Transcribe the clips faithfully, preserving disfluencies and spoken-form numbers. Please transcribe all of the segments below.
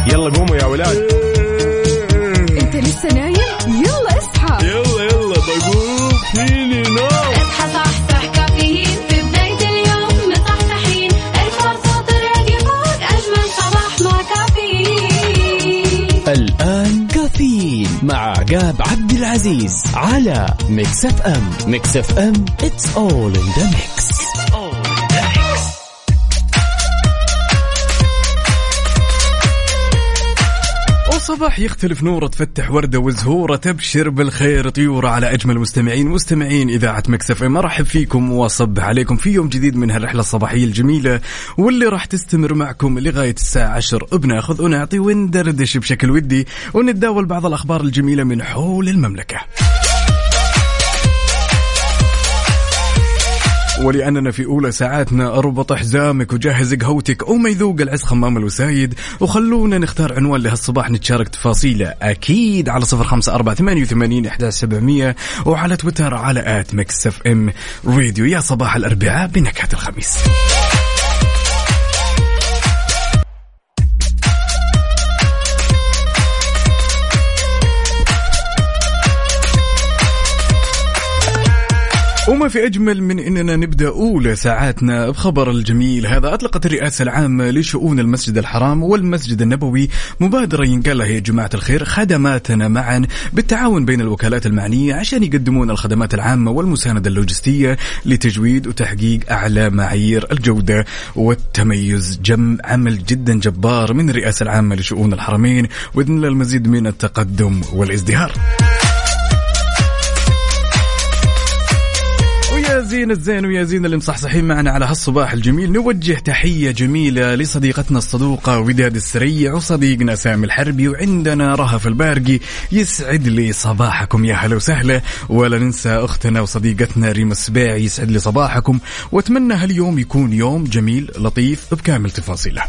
يلا قوموا يا ولاد. انت لسه نايم؟ يلا اصحى. يلا يلا بقوم فيني نوم. اصحى صحصح كافيين في بداية اليوم مصحصحين. ارفع صوت الراديو فوق أجمل صباح مع كافيين. الآن كافيين مع عقاب عبد العزيز على ميكس اف ام. ميكس اف ام it's all in the mix. صباح يختلف نوره، تفتح وردة وزهورة، تبشر بالخير طيورة على أجمل مستمعين مستمعين إذاعة ميكس اف ام. أرحب فيكم وأصبح عليكم في يوم جديد من هالرحلة الصباحية الجميلة واللي راح تستمر معكم لغاية الساعة عشر. بناخذ ونعطي وندردش بشكل ودي ونتداول بعض الأخبار الجميلة من حول المملكة. ولأننا في أولى ساعاتنا أربط حزامك وجهز قهوتك وما يذوق العز خمام الوسايد، وخلونا نختار عنوان لهالصباح نتشارك تفاصيله أكيد على صفر خمسة أربعة ثمانية وثمانين أحد عشر سبعمية وعلى تويتر على آت ميكس اف ام راديو. يا صباح الأربعاء بنكهة الخميس. وما في أجمل من أننا نبدأ أولى ساعاتنا بخبر الجميل هذا. أطلقت الرئاسة العامة لشؤون المسجد الحرام والمسجد النبوي مبادرة ينقال لها يا جماعة الخير خدماتنا معا، بالتعاون بين الوكالات المعنية عشان يقدمون الخدمات العامة والمساندة اللوجستية لتجويد وتحقيق أعلى معايير الجودة والتميز. جم عمل جدا جبار من الرئاسة العامة لشؤون الحرمين وإذن الله المزيد من التقدم والازدهار. ويا زين الزين ويا زين اللي مصحصحين معنا على هالصباح الجميل، نوجه تحية جميلة لصديقتنا الصدوقة وداد السريع وصديقنا سامي الحربي وعندنا رهف البارقي. يسعد لي صباحكم يا هلا وسهلا. ولا ننسى أختنا وصديقتنا ريم السباعي، يسعد لي صباحكم واتمنى هاليوم يكون يوم جميل لطيف بكامل تفاصيله.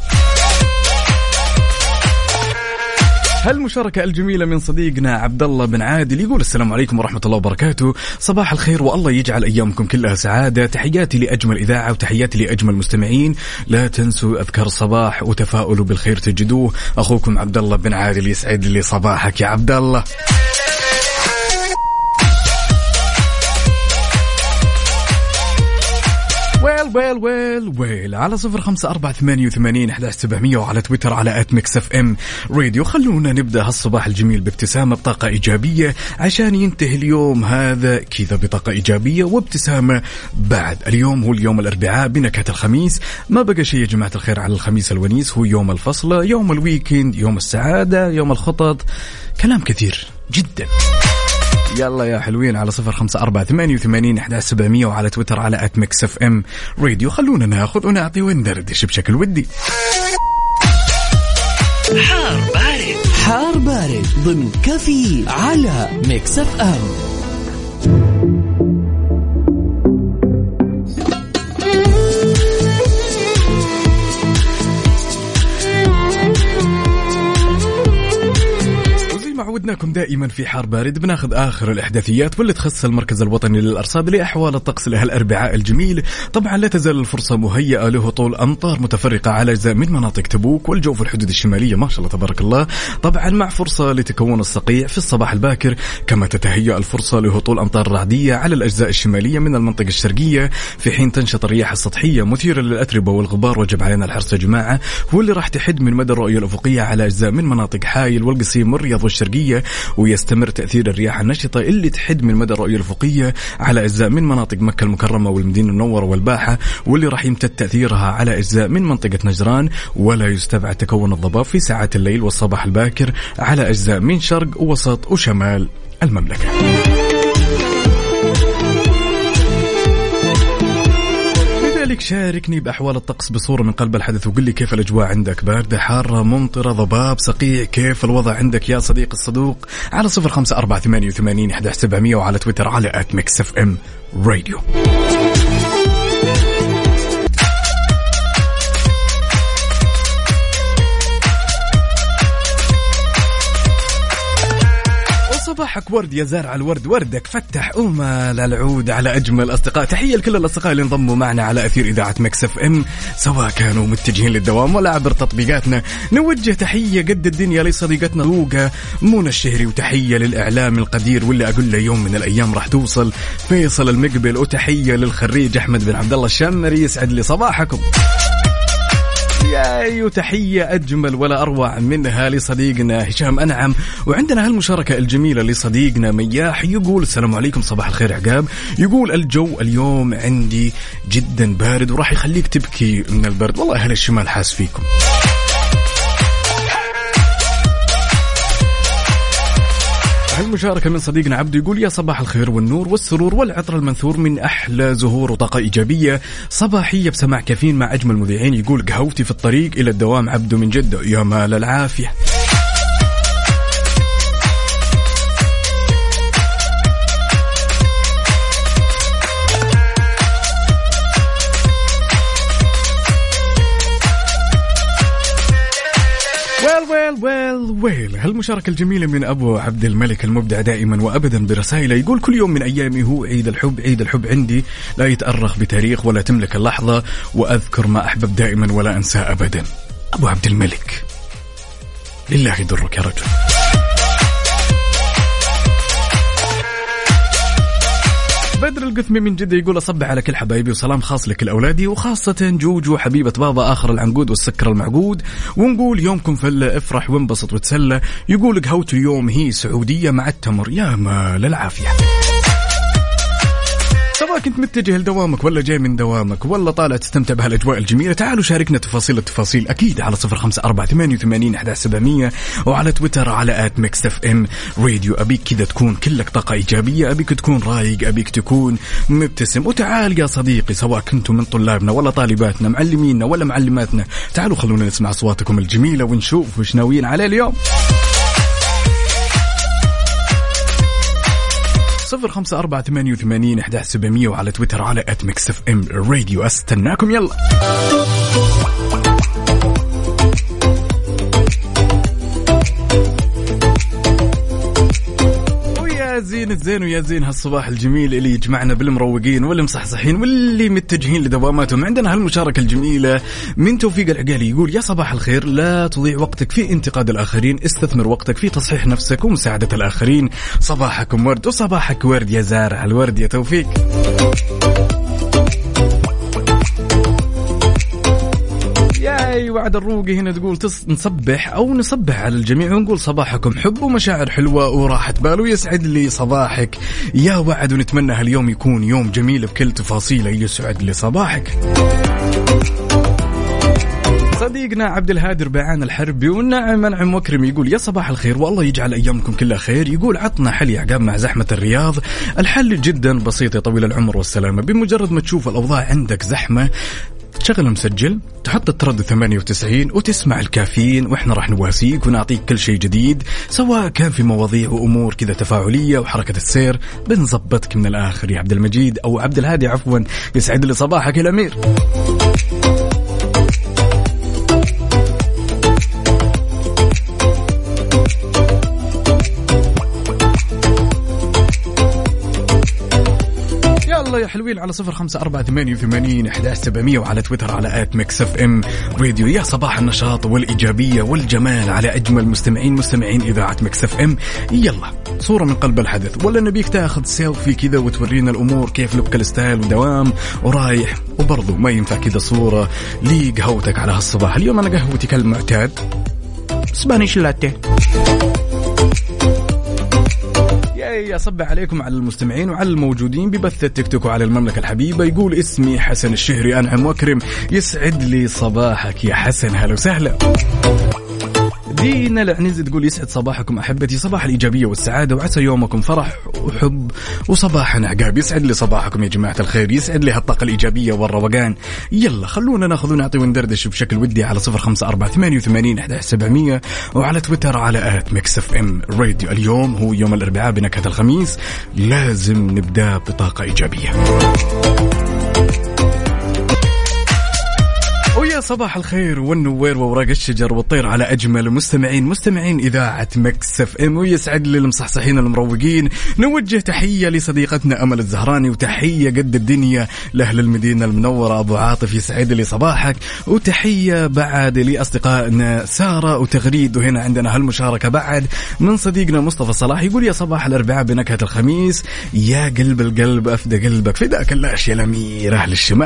هالمشاركة الجميلة من صديقنا عبد الله بن عادل يقول السلام عليكم ورحمة الله وبركاته، صباح الخير والله يجعل أيامكم كلها سعادة. تحياتي لأجمل إذاعة وتحياتي لأجمل مستمعين، لا تنسوا أذكار الصباح وتفاؤلوا بالخير تجدوه. أخوكم عبد الله بن عادل. يسعد لي صباحك يا عبد الله. ويل ويل ويل ويل على صفر خمسة أربعة ثمانية وثمانين أحد عشر سبعمية وعلى تويتر على آت ميكس اف ام راديو. خلونا نبدأ هالصباح الجميل بابتسامة بطاقة إيجابية عشان ينتهي اليوم هذا كذا بطاقة إيجابية وابتسامة. بعد اليوم هو اليوم الأربعاء بنكهة الخميس، ما بقى شيء يا جماعة الخير على الخميس الونيس. هو يوم الفصلة، يوم الويكند، يوم السعادة، يوم الخطط، كلام كثير جدا. يلا يا حلوين على صفر خمسة أربعة ثمانية وثمانين أحد عشر سبعمية وعلى تويتر على آت ميكس اف ام راديو. خلونا ناخذ ونعطي وندردش بشكل ودي. حار بارد حار بارد ضمن كافي على ميكس اف ام. عودناكم دائما في حار بارد بناخذ آخر الإحداثيات واللي تخص المركز الوطني للأرصاد لأحوال الطقس لهالأربعاء الجميل. طبعا لا تزال الفرصة مهيئة له طول أمطار متفرقة على أجزاء من مناطق تبوك والجو في الحدود الشمالية ما شاء الله تبارك الله، طبعا مع فرصة لتكون الصقيع في الصباح الباكر، كما تتهيأ الفرصة لهطول أمطار رعدية على الأجزاء الشمالية من المنطقة الشرقية، في حين تنشط الرياح السطحية مثيرة للأتربة والغبار. وجب علينا الحرص يا جماعة، هو اللي راح تحد من مدى الرؤية الأفقية على أجزاء من مناطق حايل والقصيم والرياض والشرقية، ويستمر تأثير الرياح النشطة اللي تحد من مدى الرؤية الأفقية على أجزاء من مناطق مكة المكرمة والمدينة المنورة والباحة، واللي راح يمتد تأثيرها على أجزاء من منطقة نجران. ولا يستبعد تكون الضباب في ساعات الليل والصباح الباكر على أجزاء من شرق ووسط وشمال المملكة. لذلك شاركني بأحوال الطقس بصورة من قلب الحدث وقل لي كيف الأجواء عندك، باردة حارة ممطرة ضباب صقيع، كيف الوضع عندك يا صديق الصدوق على صفر خمسة أربعة ثمانية وثمانين أحد عشر سبعمية وعلى تويتر على آت ميكس اف ام راديو. صباح صباحك ورد يا زارع الورد، وردك فتح أمل العود على أجمل أصدقاء. تحية لكل الأصدقاء اللي انضموا معنا على أثير إذاعة ميكس اف ام، سواء كانوا متجهين للدوام ولا عبر تطبيقاتنا. نوجه تحية قد الدنيا لصديقتنا روقة منى الشهري، وتحية للإعلام القدير واللي أقول له يوم من الأيام راح توصل فيصل المقبل، وتحية للخريج أحمد بن عبد الله الشمري، يسعد لي صباحكم. ياي وتحية أجمل ولا أروع منها لصديقنا هشام أنعم. وعندنا هالمشاركة الجميلة لصديقنا مياح، يقول السلام عليكم صباح الخير عقاب، يقول الجو اليوم عندي جدا بارد وراح يخليك تبكي من البرد. والله أهل الشمال حاس فيكم. المشاركة من صديقنا عبد، يقول يا صباح الخير والنور والسرور والعطر المنثور من أحلى زهور وطاقة إيجابية صباحية بسماع كافيين مع أجمل مذيعين. يقول قهوتي في الطريق إلى الدوام عبد من جدة، يا مال العافية. ويل ويل ويل هالمشاركة الجميلة من أبو عبد الملك المبدع دائما وأبدا برسائله. يقول كل يوم من أيامي هو عيد الحب، عيد الحب عندي لا يتأرخ بتاريخ ولا تملك اللحظة، وأذكر ما أحبب دائما ولا أنسى أبدا. أبو عبد الملك لله يضرك يا رجل. بدر القثمي من جدة يقول أصبح على كل حبايبي وسلام خاص لكل أولادي، وخاصة جوجو حبيبة بابا آخر العنقود والسكر المعقود، ونقول يومكم فلة، افرح وانبسط وتسلى. يقول قهوة اليوم هي سعودية مع التمر، يا مال العافية. سواء كنت متجه لدوامك ولا جاي من دوامك ولا طالع تستمتع بهالأجواء الجميلة، تعالوا شاركنا تفاصيل التفاصيل أكيد على صفر خمسة أربعة ثمانية وثمانين أحد عشر سبعمية، وعلى تويتر على آت ميكس اف ام راديو. أبيك كذا تكون كلك طاقة إيجابية، أبيك تكون رايق، أبيك تكون مبتسم. وتعال يا صديقي سواء كنتم من طلابنا ولا طالباتنا، معلمينا ولا معلماتنا، تعالوا خلونا نسمع أصواتكم الجميلة ونشوف وش ناويين عليه اليوم. صفر خمسة أربعة ثمانية وثمانين أحد عشر سبعمية، وعلى تويتر على آت ميكس اف ام راديو. استناكم يلا. ويا زين الزين ويا زين هالصباح الجميل اللي يجمعنا بالمروقين والمصحصحين واللي متجهين لدواماتهم. عندنا هالمشاركة الجميلة من توفيق العقالي، يقول يا صباح الخير، لا تضيع وقتك في انتقاد الآخرين، استثمر وقتك في تصحيح نفسك ومساعدة الآخرين. صباحكم ورد وصباحك ورد يا زارع الورد يا توفيق. ياي وعد الروقي هنا تقول تص... نصبح أو نصبح على الجميع ونقول صباحكم حب ومشاعر حلوة وراحة بال، ويسعد لي صباحك يا وعد، ونتمنى هاليوم يكون يوم جميل بكل تفاصيله. يسعد لي صباحك. صديقنا عبد الهادي ربيعان الحربي والنعم منعم وكرم يقول يا صباح الخير والله يجعل أيامكم كلها خير. يقول عطنا حل يا عقاب مع زحمة الرياض. الحل جدا بسيط يا طويل العمر والسلامة، بمجرد ما تشوف الأوضاع عندك زحمة تشغل مسجل، تحط التردد ثمانية وتسعين وتسمع الكافيين، وإحنا راح نواسيك ونعطيك كل شيء جديد، سواء كان في مواضيع وأمور كذا تفاعلية وحركة السير، بنظبطك من الآخر يا عبد المجيد أو عبد الهادي عفوا. يسعد لي صباحك الأمير. يا حلوين على صفر خمسة أربعة ثمانية وثمانين أحد عشر سبعمية، وعلى تويتر على آت ميكس اف ام راديو. يا صباح النشاط والإيجابية والجمال على أجمل مستمعين مستمعين إذاعة ميكس اف ام. يلا صورة من قلب الحدث، ولا نبيك تاخذ سيلفي كذا وتورينا الأمور كيف لبك الستايل ودوام ورايح، وبرضو ما ينفع كذا صورة لي قهوتك على هالصباح. اليوم أنا قهوتي كالمعتاد سبانيش لاتيه. يا صبح عليكم على المستمعين وعلى الموجودين ببث التيك توك وعلى المملكة الحبيبة. يقول اسمي حسن الشهري أنعم وكرم. يسعد لي صباحك يا حسن، هلا وسهلا. دينا العنز تقول يسعد صباحكم أحبتي، صباح الإيجابية والسعادة، وعسى يومكم فرح وحب وصباحا عقاب. يسعد لي صباحكم يا جماعة الخير، يسعد لي هالطاقة الإيجابية والروقان. يلا خلونا ناخذ ونعطي وندردش بشكل ودي على صفر خمسة أربعة ثمانية وثمانين أحد عشر سبعمية، وعلى تويتر على آت ميكس اف ام راديو. اليوم هو يوم الأربعاء بنكهة الخميس، لازم نبدأ بطاقة إيجابية. ويا صباح الخير والنوير وورق الشجر والطير على أجمل مستمعين مستمعين إذاعة مكس اف ام. ويسعد لي المصحصحين المروقين. نوجه تحية لصديقتنا أمل الزهراني وتحية قد الدنيا لأهل المدينة المنورة. أبو عاطف يسعد لي صباحك. وتحية بعد لأصدقائنا سارة وتغريد. وهنا عندنا هالمشاركة بعد من صديقنا مصطفى صلاح يقول يا صباح الأربعاء بنكهة الخميس يا قلب القلب أفدى قلبك فداك اللاش يا الأمير أهل الشمال.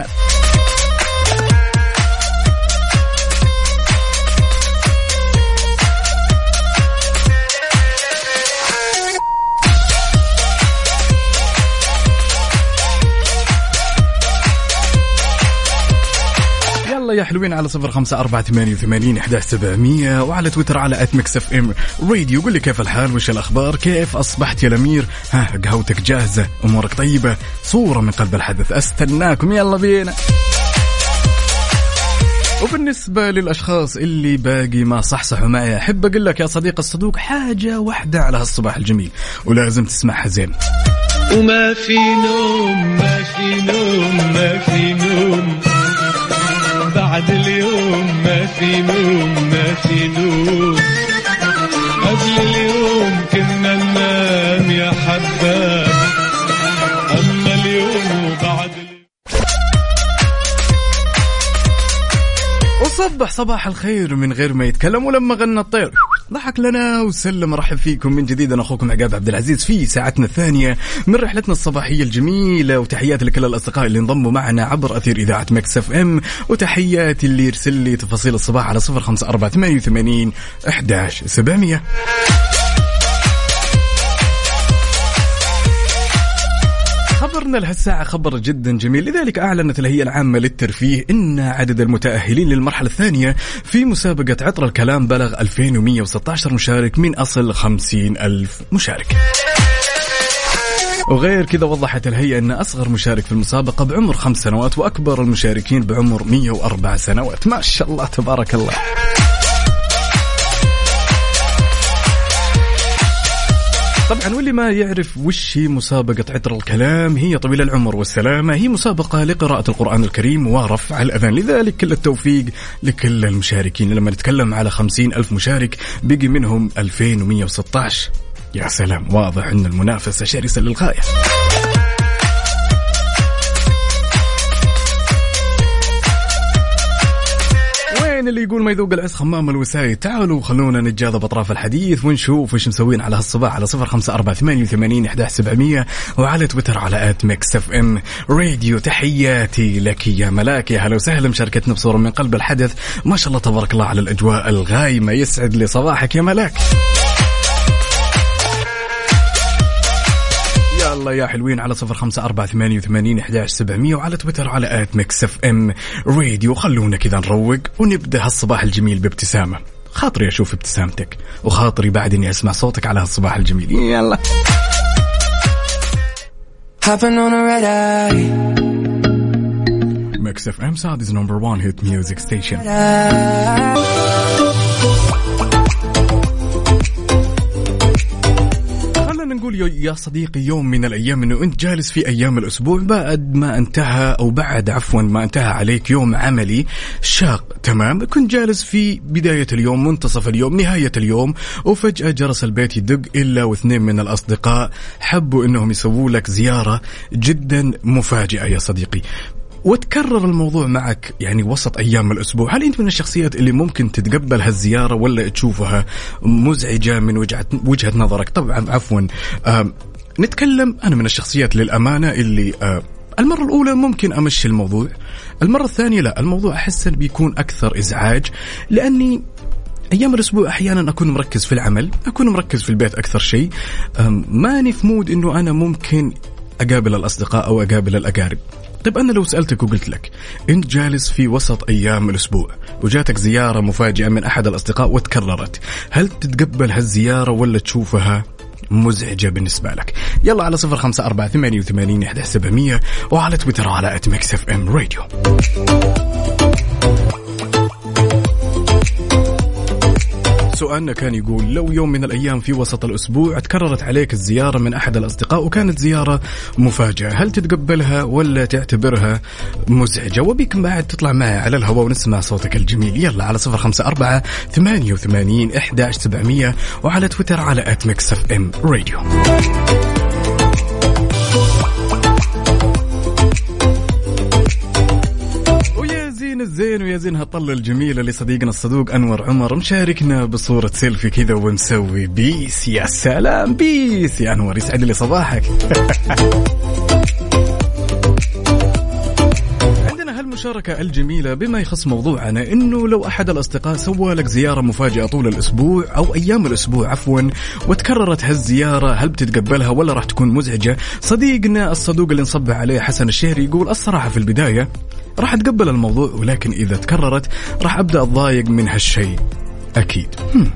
يا حلوين على صفر خمسة أربعة ثمانية وثمانين إحدى سبعمية وعلى تويتر على آت ميكس اف ام راديو. قل لي كيف الحال وش الأخبار كيف أصبحت يا الأمير. ها قهوتك جاهزة أمورك طيبة صورة من قلب الحدث أستناكم يلا بينا. وبالنسبة للأشخاص اللي باقي ما صحصحوا معي أحب أقول لك يا صديق الصدوق حاجة واحدة على هالصباح الجميل ولازم تسمعها زين. وما في نوم ما في نوم ما في نوم بعد اليوم ما في نوم ما في نوم قبل اليوم كنا ننام يا حباب أما اليوم بعد وصبح صباح الخير من غير ما يتكلم ولما غنى الطير ضحك لنا وسلم. رحب فيكم من جديد أنا أخوكم عقاب عبد العزيز في ساعتنا الثانية من رحلتنا الصباحية الجميلة. وتحياتي لكل الأصدقاء اللي انضموا معنا عبر أثير إذاعة مكس اف ام وتحياتي اللي يرسل لي تفاصيل الصباح على صفر خمسة أربعة ثمانية وثمانين إحدى سبعمية. خبرنا لهالساعة خبر جدا جميل. لذلك أعلنت الهيئة العامة للترفيه إن عدد المتأهلين للمرحلة الثانية في مسابقة عطر الكلام بلغ ألفين ومئة وستة عشر مشارك من أصل خمسين ألف مشارك. وغير كذا وضحت الهيئة أن أصغر مشارك في المسابقة بعمر خمس سنوات وأكبر المشاركين بعمر مئة وأربع سنوات. ما شاء الله تبارك الله. طبعا واللي ما يعرف وش هي مسابقة عطر الكلام هي طويل العمر والسلامة هي مسابقة لقراءة القرآن الكريم ورفع الأذان. لذلك كل التوفيق لكل المشاركين. لما نتكلم على خمسين ألف مشارك بقي منهم ألفين ومئة وستة عشر. يا سلام واضح أن المنافسة شرسة للغاية. اللي يقول ما يذوق العز خمام الوسايد. تعالوا خلونا نتجاذب أطراف الحديث ونشوف وش مسوين على هالصباح على صفر خمسة أربعة ثمانية وثمانين إحدى سبعمية وعلى تويتر على آت ميكس اف ام راديو. تحياتي لك يا ملاك يا هلا وسهلا مشاركتنا بصورة من قلب الحدث. ما شاء الله تبارك الله على الأجواء الغايمة. يسعد لي صباحك يا ملاك. الله يا حلوين على صفر خمسة أربعة ثمانية وثمانين إحدى سبعمية وعلى تويتر على آت ميكس اف ام راديو. خلونا كذا نروق ونبدأ هالصباح الجميل بابتسامة. خاطري أشوف ابتسامتك وخاطري بعد إني أسمع صوتك على هالصباح الجميل. يلا ميكس اف ام Saudi's number one hit music station. نقول يا صديقي يوم من الأيام أنه أنت جالس في أيام الأسبوع بعد ما انتهى أو بعد عفوا ما انتهى عليك يوم عملي شاق تمام. كنت جالس في بداية اليوم منتصف اليوم نهاية اليوم وفجأة جرس البيت يدق إلا واثنين من الأصدقاء حبوا أنهم يسووا لك زيارة جدا مفاجئة يا صديقي وتكرر الموضوع معك يعني وسط أيام الأسبوع. هل أنت من الشخصيات اللي ممكن تتقبل هالزيارة ولا تشوفها مزعجة من وجهة, وجهة نظرك؟ طبعا عفوا آه نتكلم أنا من الشخصيات للأمانة اللي آه المرة الأولى ممكن أمشي الموضوع. المرة الثانية لا الموضوع أحس بيكون أكثر إزعاج لأني أيام الأسبوع أحيانا أكون مركز في العمل أكون مركز في البيت أكثر شيء. آه ماني في مود أنه أنا ممكن أقابل الأصدقاء أو أقابل الأقارب. طيب أنا لو سألتك وقلت لك أنت جالس في وسط أيام الأسبوع وجاتك زيارة مفاجئة من أحد الأصدقاء وتكررت هل تتقبل هالزيارة ولا تشوفها مزعجة بالنسبة لك؟ يلا على صفر خمسة أربعة ثمانية وثمانين إحدى سبعمية وعلى تويتر على آت ميكس اف ام راديو. سؤالنا كان يقول لو يوم من الأيام في وسط الأسبوع تكررت عليك الزيارة من أحد الأصدقاء وكانت زيارة مفاجأة، هل تتقبلها ولا تعتبرها مزعجة؟ وبيك بعد تطلع معي على الهواء ونسمع صوتك الجميل. يلا على صفر خمسة أربعة ثمانية وثمانين إحدى عشر سبعمية وعلى تويتر على آت ميكس إف إم راديو. الزين ويا زين هالطلة الجميلة لصديقنا الصدوق أنور عمر مشاركنا بصورة سيلفي كذا ومسوي بيس. يا سلام بيس يا أنور، يسعد لي صباحك. عندنا هالمشاركة الجميلة بما يخص موضوعنا، إنه لو أحد الأصدقاء سوى لك زيارة مفاجئة طول الأسبوع أو أيام الأسبوع عفوا وتكررت هالزيارة، هل بتتقبلها ولا راح تكون مزعجة؟ صديقنا الصدوق اللي نصبح عليه حسن الشهري يقول الصراحة في البداية راح أتقبل الموضوع، ولكن إذا تكررت راح أبدأ أتضايق من هالشيء أكيد. هم.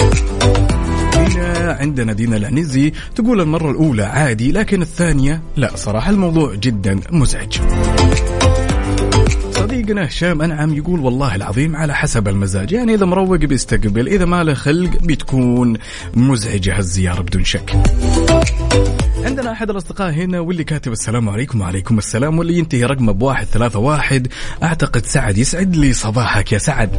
هنا عندنا دينا العنزي تقول المرة الأولى عادي، لكن الثانية لا، صراحة الموضوع جدا مزعج. صديقنا هشام أنعم يقول والله العظيم على حسب المزاج، يعني إذا مروق بيستقبل، إذا ما له خلق بتكون مزعجة هالزيارة بدون شك. عندنا أحد الأصدقاء هنا واللي كاتب السلام عليكم. وعليكم السلام، واللي ينتهي رقمه بواحد ثلاثة واحد، أعتقد سعد. يسعد لي صباحك يا سعد.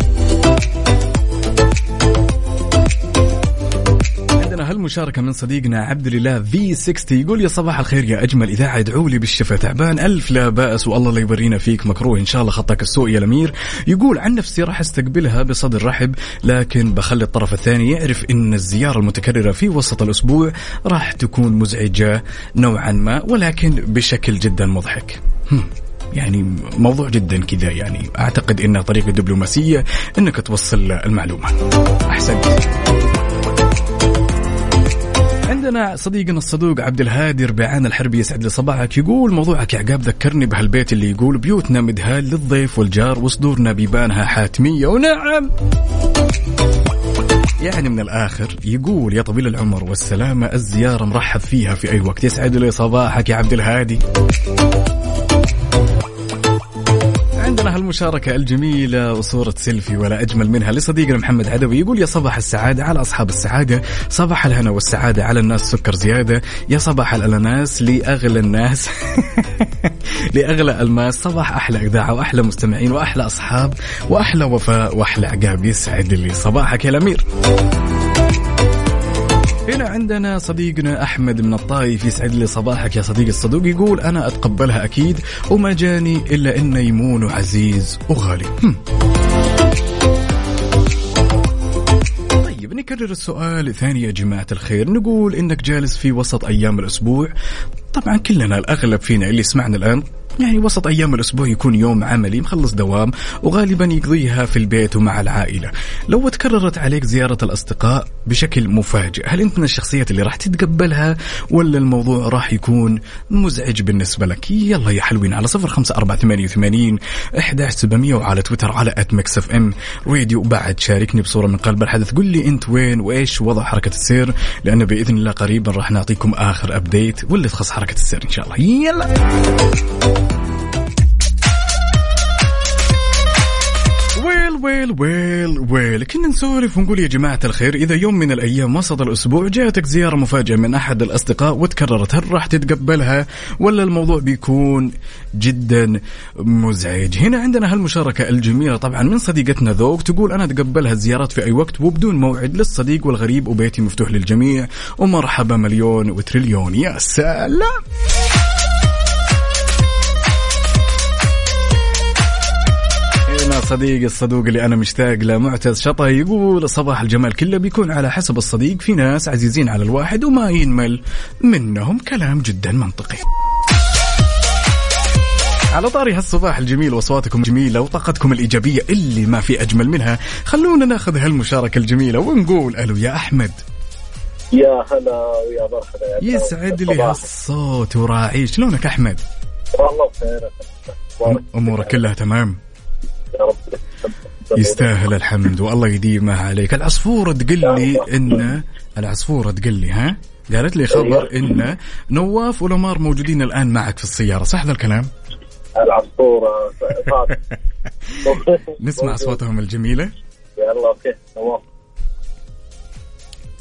عندنا هالمشاركة من صديقنا عبد الله في ستين يقول يا صباح الخير يا أجمل إذاعة، ادعوا لي بالشفاء، تعبان ألف لا بأس والله لا يورينا فيك مكروه إن شاء الله خطك السوء يا الأمير. يقول عن نفسي راح استقبلها بصدر رحب، لكن بخلي الطرف الثاني يعرف إن الزيارة المتكررة في وسط الأسبوع راح تكون مزعجة نوعا ما، ولكن بشكل جدا مضحك. يعني موضوع جدا كذا، يعني أعتقد إنها طريقة دبلوماسية إنك توصل المعلومة. أحسنت. عندنا صديقنا الصدوق عبد الهادي ربيعان الحربي يسعد لي صباحك، يقول موضوعك يا عقاب ذكرني بهالبيت اللي يقول بيوتنا مدهال للضيف والجار وصدورنا بيبانها حاتمية. ونعم يعني من الآخر يقول يا طويل العمر والسلامة الزيارة مرحب فيها في أي وقت. يسعد لي صباحك يا عبد الهادي. عندنا هالمشاركة الجميلة وصورة سيلفي ولا أجمل منها لصديقنا محمد عدوي، يقول يا صباح السعادة على أصحاب السعادة، صباح الهنا والسعادة على الناس سكر زيادة، يا صباح الأناناس لأغلى الناس لأغلى الماس، صباح أحلى إذاعة وأحلى مستمعين وأحلى أصحاب وأحلى وفاء وأحلى عقاب. يسعد لي صباحك يا الأمير. هنا عندنا صديقنا أحمد من الطايف يسعد لي صباحك يا صديق الصدوق، يقول أنا أتقبلها أكيد وما جاني إلا إنه يمون عزيز وغالي. هم. طيب نكرر السؤال ثاني يا جماعة الخير، نقول إنك جالس في وسط أيام الأسبوع، طبعا كلنا الأغلب فينا اللي سمعنا الآن يعني وسط أيام الأسبوع يكون يوم عملي مخلص دوام وغالبا يقضيها في البيت ومع العائلة. لو تكررت عليك زيارة الأصدقاء بشكل مفاجئ، هل أنت من الشخصيات اللي راح تتقبلها ولا الموضوع راح يكون مزعج بالنسبة لك؟ يلا يا حلوين على صفر خمسة أربعة ثمانية ثمانين إحدى عشر سبعمية وعلى تويتر على آت ميكس إف إم راديو. بعد شاركني بصورة من قلب الحدث، قل لي أنت وين وإيش وضع حركة السير، لأنه بإذن الله قريبا راح نعطيكم آخر أبديت واللي تخص حركة السير إن شاء الله. يلا ويل ويل ويل ويل كنا نسولف ونقول يا جماعة الخير، إذا يوم من الأيام وسط الأسبوع جاءتك زيارة مفاجئة من أحد الأصدقاء وتكررت، هل راح تتقبلها ولا الموضوع بيكون جدا مزعج؟ هنا عندنا هالمشاركة الجميلة طبعا من صديقتنا ذوق، تقول أنا أتقبلها الزيارات في أي وقت وبدون موعد للصديق والغريب وبيتي مفتوح للجميع ومرحبا مليون وتريليون. يا سلام. صديق الصدوق اللي أنا مشتاق له معتز شطة يقول صباح الجمال كله بيكون على حسب الصديق، في ناس عزيزين على الواحد وما ينمل منهم. كلام جدا منطقي. على طاري هالصباح الجميل وأصواتكم جميلة وطاقتكم الإيجابية اللي ما في أجمل منها، خلونا ناخذ هالمشاركة الجميلة ونقول ألو يا أحمد. يا هلا ويا مرحبا. يسعد لي هالصوت وراعي. شلونك أحمد؟ والله بخير. أمورك كلها تمام؟ يستاهل الحمد والله يديمها عليك. العصفورة تقول لي إن العصفورة تقول لي ها قالت لي خبر إن نواف ولمار موجودين الآن معك في السيارة، صح ذا الكلام؟ العصفورة نسمع أصواتهم الجميلة. يلا أوكي نواف.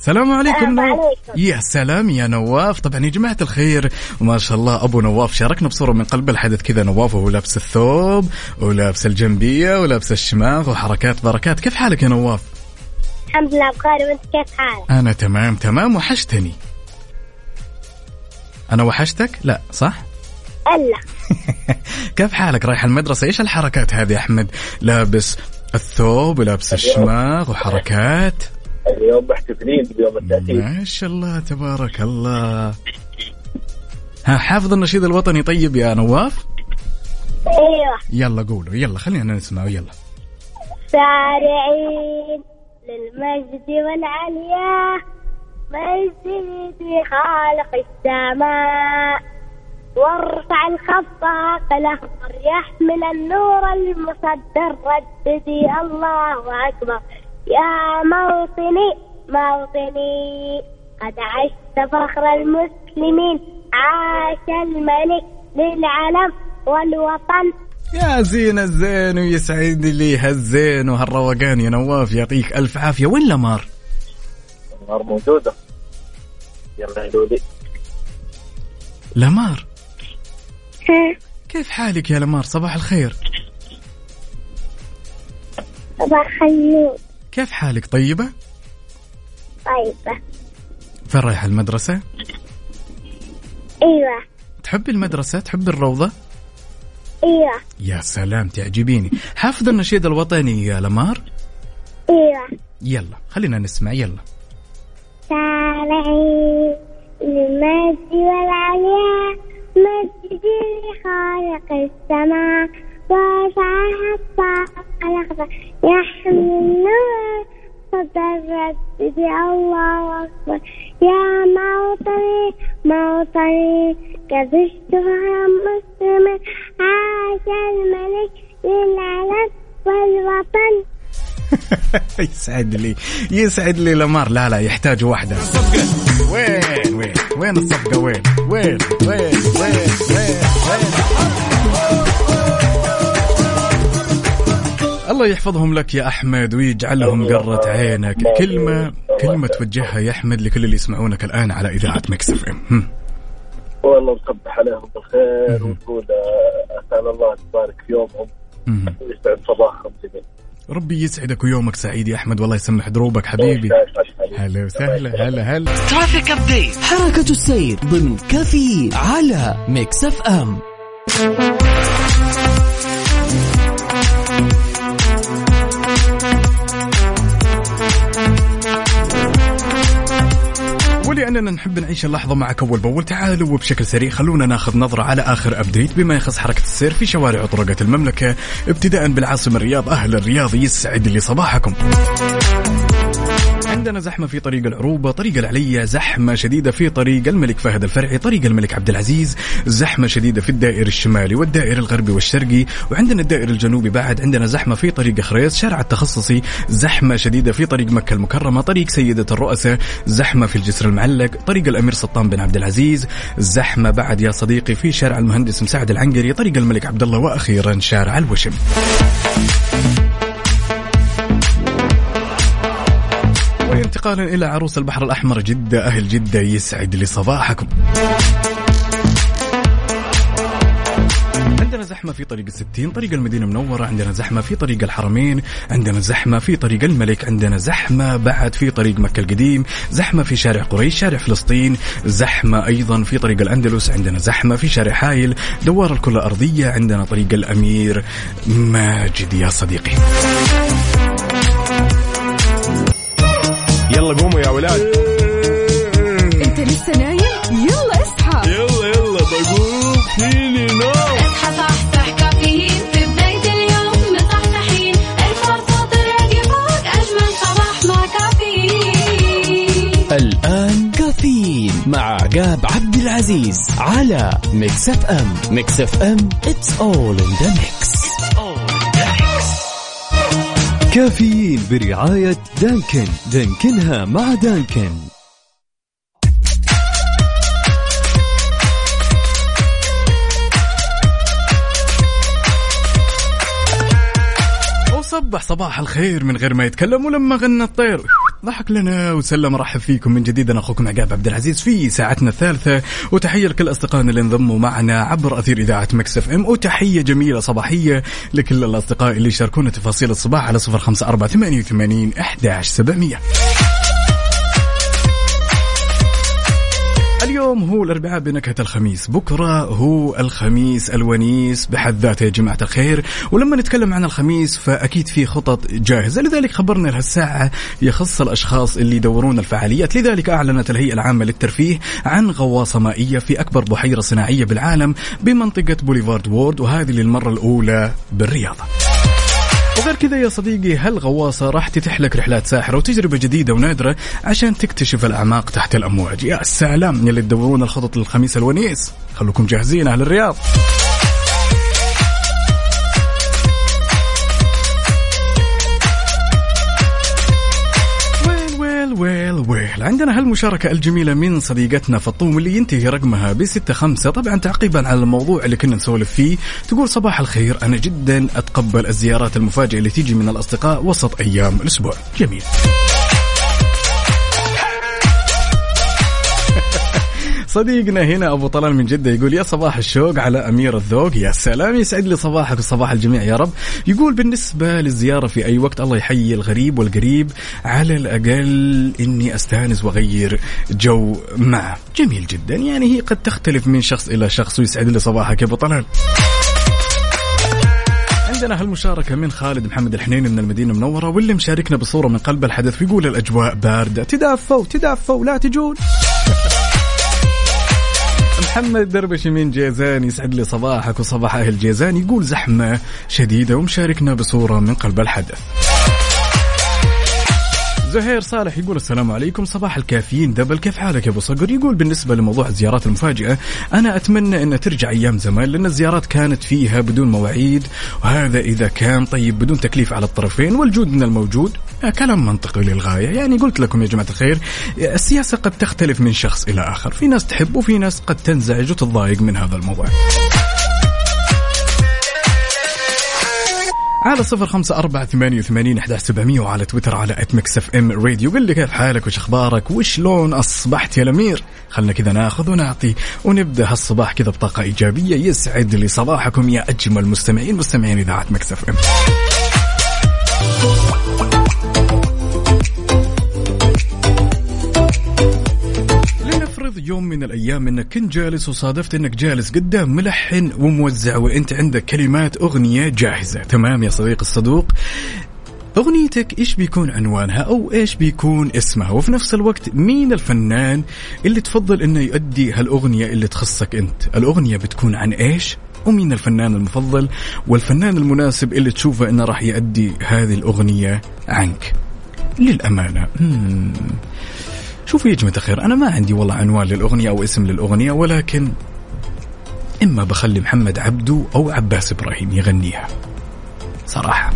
السلام عليكم السلام نواف. عليكم. يا سلام يا نواف. طبعا يا جماعة الخير ما شاء الله أبو نواف شاركنا بصورة من قلب الحدث كذا. نواف وهو لابس الثوب ولابس الجنبية ولابس الشماغ وحركات بركات. كيف حالك يا نواف؟ الحمد لله بخير، وانت كيف حالك؟ أنا تمام تمام. وحشتني. أنا وحشتك؟ لا صح؟ ألا. كيف حالك؟ رايح المدرسة؟ إيش الحركات هذه أحمد؟ لابس الثوب ولابس الشماغ وحركات. اليوم محتفلين بيوم التأسيس. ما شاء الله تبارك الله. ها حافظ النشيد الوطني طيب يا نواف؟ ايوه. يلا قولوا يلا خلينا نسمعه يلا. سارعين للمجد والعليا مجد خالق السماء وارفع الخفاق الأخضر يحمل النور المصدر رددي الله أكبر يا موطني موطني قد عشت فخر المسلمين عاش الملك للعلم والوطن. يا زين الزين ويسعد لي هالزين وهالروقان يا نواف. يعطيك ألف عافية. وين لمار؟ النار موجودة. يلا يا لولي. لمار ها كيف حالك يا لمار؟ صباح الخير. صباح النور. كيف حالك؟ طيبة؟ طيبة. فين رايحة المدرسة؟ ايوه. تحبي المدرسة؟ تحبي الروضة؟ ايوه. يا سلام تعجبيني. حافظ النشيد الوطني يا لمار؟ ايوه. يلا خلينا نسمع يلا. سارعين للمجد والعليا مجد خالق السماء وارفع الخفاق الأخضر يحمل النور صدر رددي الله أكبر يا موطني موطني قد اشتهر مسلم عاش الملك للعلم والوطن. يسعد لي يسعد لي لمار. لا لا يحتاج واحدة. وين وين وين الصفقة؟ وين وين وين وين وين الله يحفظهم لك يا أحمد ويجعلهم قرة عينك. كلمة كلمة توجهها يا أحمد لكل اللي يسمعونك الآن على إذاعة ميكس اف ام. والله نصبح عليهم بالخير ونقول أسأل الله تبارك في يومهم ويسعد صباحهم جميل. ربي يسعدك ويومك سعيد يا أحمد. والله يسمح دروبك حبيبي. هلا وسهلا. هلا هلا. ترافيك أبديت. حركة السير ضمن كافيين على ميكس اف ام. ولأننا نحب نعيش اللحظة معك أول بأول تعالوا وبشكل سريع خلونا ناخذ نظرة على آخر أبديت بما يخص حركة السير في شوارع وطرقات المملكة ابتداء بالعاصمة الرياض. أهل الرياض يسعد لي صباحكم. عندنا زحمة في طريق العروبة، طريق العلية، زحمة شديدة في طريق الملك فهد الفرعي، طريق الملك عبد العزيز، زحمة شديدة في الدائر الشمالي والدائر الغربي والشرقي، وعندنا الدائر الجنوبي بعد. عندنا زحمة في طريق خريص، شارع التخصصي، زحمة شديدة في طريق مكة المكرمة، طريق سيدة الرؤساء، زحمة في الجسر المعلق، طريق الأمير سلطان بن عبد العزيز، زحمة بعد يا صديقي في شارع المهندس مساعد العنقري، طريق الملك عبد الله، وأخيرا شارع الوشم. انتقالا إلى عروس البحر الأحمر جدة، أهل جدة يسعد لي صباحكم. عندنا زحمة في طريق الستين، طريق المدينة المنورة، عندنا زحمة في طريق الحرمين، عندنا زحمة في طريق الملك، عندنا زحمة بعد في طريق مكة القديم، زحمة في شارع قريش، شارع فلسطين، زحمة أيضا في طريق الأندلس، عندنا زحمة في شارع حايل، دوار الكرة الأرضية، عندنا طريق الأمير ماجد يا صديقي. يلا قوموا يا ولاد. انت لسه نايم؟ يلا اصحى. يلا يلا بقوم فيني نوم. اصحى صحصح كافيين في بداية اليوم مصحصحين، الفرصة تراقي فوق أجمل صباح مع كافيين. الآن كافيين مع عقاب عبد العزيز على ميكس اف ام. ميكس اف ام it's all in the mix. كافيين برعاية دانكن. دانكنها مع دانكن. وصبح صباح الخير من غير ما يتكلم، ولما غنى الطير ضحك لنا وسلم. رحب فيكم من جديد، أنا أخوكم عقاب عبد العزيز في ساعتنا الثالثة، وتحية لكل أصدقائنا اللي انضموا معنا عبر أثير إذاعة مكس اف ام، وتحية جميلة صباحية لكل الأصدقاء اللي يشاركونا تفاصيل الصباح على صفر خمسة أربعة ثمانية وثمانين أحد عشر سبعمية. اليوم هو الأربعاء بنكهة الخميس، بكرة هو الخميس الونيس بحد ذاته يا جماعة الخير. ولما نتكلم عن الخميس فأكيد في خطط جاهزة، لذلك خبرنا لهالساعة يخص الأشخاص اللي يدورون الفعاليات. لذلك أعلنت الهيئة العامة للترفيه عن غواصة مائية في أكبر بحيرة صناعية بالعالم بمنطقة بوليفارد وورد، وهذه للمرة الأولى بالرياض. وغير كذا يا صديقي، هالغواصة راح تتيح لك رحلات ساحرة وتجربة جديدة ونادرة عشان تكتشف الأعماق تحت الأمواج. يا سلام يلي تدورون الخطط للخميس الونيس، خلوكم جاهزين أهل الرياض. ويل ويل عندنا هالمشاركة الجميلة من صديقتنا فطوم اللي ينتهي رقمها بستة خمسة، طبعا تعقيبا على الموضوع اللي كنا نسولف فيه. تقول صباح الخير، أنا جدا أتقبل الزيارات المفاجئة اللي تيجي من الأصدقاء وسط أيام الأسبوع. جميل. صديقنا هنا أبو طلال من جدة يقول يا صباح الشوق على أمير الذوق. يا سلام، يسعد لي صباحك وصباح الجميع يا رب. يقول بالنسبة للزيارة في أي وقت الله يحيي الغريب والقريب، على الأقل إني أستانس وأغير جو معه. جميل جدا، يعني هي قد تختلف من شخص إلى شخص، ويسعد لي صباحك يا أبو طلال. عندنا هالمشاركة من خالد محمد الحنين من المدينة المنورة، واللي مشاركنا بصورة من قلب الحدث. يقول الأجواء باردة، تدافوا تدافوا لا تجون. محمد دربشي من جيزان، يسعد لي صباحك وصباح أهل جيزان. يقول زحمة شديدة ومشاركنا بصورة من قلب الحدث. زهير صالح يقول السلام عليكم صباح الكافيين دبل، كيف حالك يا أبو صقر؟ يقول بالنسبة لموضوع الزيارات المفاجئة، أنا أتمنى أن ترجع أيام زمان، لأن الزيارات كانت فيها بدون مواعيد، وهذا إذا كان طيب بدون تكليف على الطرفين والجود من الموجود. كلام منطقي للغاية. يعني قلت لكم يا جماعة الخير، السياسة قد تختلف من شخص إلى آخر، في ناس تحب وفي ناس قد تنزعج وتضايق من هذا الموضوع. على صفر خمسة أربعة ثمانية وثمانين أحد عشر سبعمية، وعلى تويتر على ات ميكس اف ام راديو. قل لي كيف حالك وش أخبارك وشلون أصبحت يا الأمير. خلنا كذا ناخذ ونعطي ونبدأ هالصباح كذا بطاقة إيجابية. يسعد لي صباحكم يا أجمل مستمعين مستمعين إذاعة ميكس اف ام. يوم من الأيام إنك كنت جالس وصادفت إنك جالس قدام ملحن وموزع، وإنت عندك كلمات أغنية جاهزة. تمام يا صديق الصدوق، أغنيتك إيش بيكون عنوانها أو إيش بيكون اسمها، وفي نفس الوقت مين الفنان اللي تفضل إنه يؤدي هالأغنية اللي تخصك أنت. الأغنية بتكون عن إيش، ومين الفنان المفضل والفنان المناسب اللي تشوفه إنه راح يؤدي هذه الأغنية عنك. للأمانة مم. شوفوا يا جماعة الخير، أنا ما عندي والله عنوان للأغنية أو اسم للأغنية، ولكن إما بخلي محمد عبدو أو عباس إبراهيم يغنيها صراحة.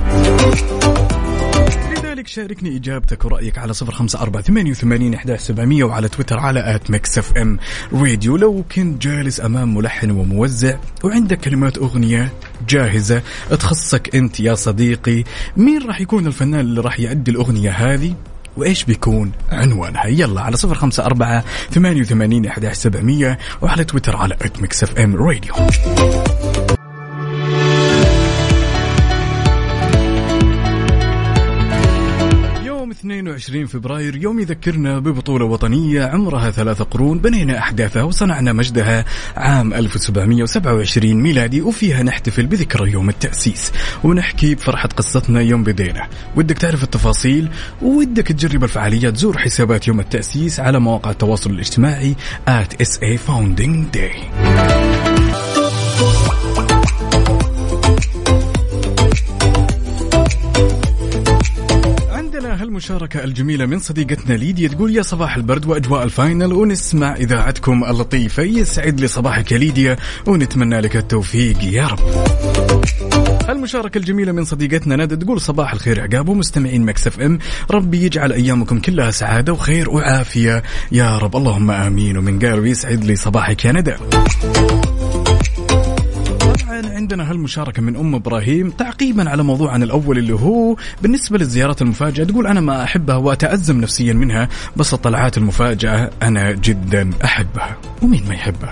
لذلك شاركني إجابتك ورأيك على صفر خمسة أربعة ثمانية وثمانين أحد عشر سبعمية، وعلى تويتر على آت ميكس اف ام راديو. لو كنت جالس أمام ملحن وموزع وعندك كلمات أغنية جاهزة تخصك أنت يا صديقي، مين راح يكون الفنان اللي راح يؤدي الأغنية هذه وإيش بيكون عنوانها؟ يلا على صفر خمسة أربعة ثمانية وثمانين أحد عشر سبعمية، وعلى تويتر على ات ميكس اف ام راديو. يوم اثنين وعشرين فبراير يوم يذكرنا ببطولة وطنية عمرها ثلاثة قرون، بنينا أحداثها وصنعنا مجدها عام ألف وسبعمية وسبعة وعشرين ميلادي، وفيها نحتفل بذكرى يوم التأسيس ونحكي بفرحة قصتنا يوم بدينا. ودك تعرف التفاصيل ودك تجرب الفعاليات، زور حسابات يوم التأسيس على مواقع التواصل الاجتماعي آت إس إيه فاوندينج داي. هالمشاركة الجميلة من صديقتنا ليديا، تقول يا صباح البرد وأجواء الفاينل ونسمع إذاعتكم اللطيفة. يسعد لي صباحك يا ليديا ونتمنى لك التوفيق يا رب. المشاركة الجميلة من صديقتنا ندى، تقول صباح الخير عقاب ومستمعين مكس اف ام، ربي يجعل أيامكم كلها سعادة وخير وعافية يا رب، اللهم آمين. ومن قلبي يسعد لي صباحك يا ندى. طبعا عندنا هالمشاركة من أم إبراهيم تعقيبا على موضوع عن الأول اللي هو بالنسبة للزيارات المفاجئة. تقول أنا ما أحبها وأتأزم نفسيا منها، بس الطلعات المفاجئة أنا جدا أحبها. ومين ما يحبها؟